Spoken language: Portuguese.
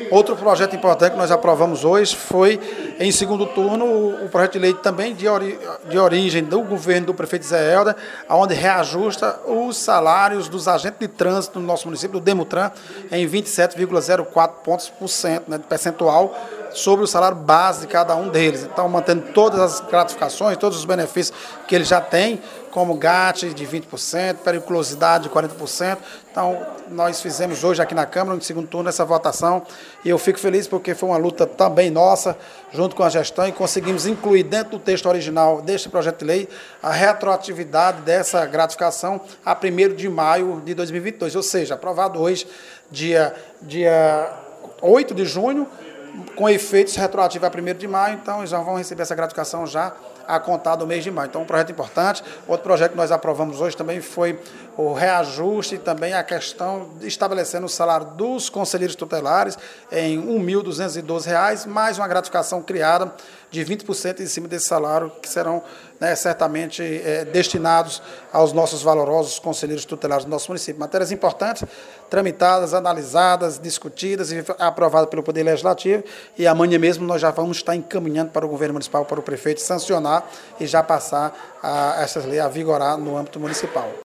Outro projeto importante que nós aprovamos hoje foi, em segundo turno, o projeto de lei também de origem do governo do prefeito Zé Helder, onde reajusta os salários dos agentes de trânsito no nosso município, do Demutran, em 27,04 pontos por cento, né, de percentual, sobre o salário base de cada um deles. Então, mantendo todas as gratificações, todos os benefícios que ele já tem, como GAT de 20%, periculosidade de 40%. Então, nós fizemos hoje aqui na Câmara, no segundo turno, essa votação, e eu fico feliz porque foi uma luta também nossa, junto com a gestão, e conseguimos incluir dentro do texto original deste projeto de lei a retroatividade dessa gratificação a 1º de maio de 2022, ou seja, aprovado hoje, dia 8 de junho, com efeitos retroativos a 1º de maio, então já vão receber essa gratificação já a contar do mês de maio. Então, um projeto importante. Outro projeto que nós aprovamos hoje também foi o reajuste e também a questão de estabelecendo o salário dos conselheiros tutelares em R$ 1.212, mais uma gratificação criada de 20% em cima desse salário, que serão, né, certamente destinados aos nossos valorosos conselheiros tutelares do nosso município. Matérias importantes, tramitadas, analisadas, discutidas e aprovadas pelo Poder Legislativo, e amanhã mesmo nós já vamos estar encaminhando para o governo municipal, para o prefeito sancionar e já passar essas leis a vigorar no âmbito municipal.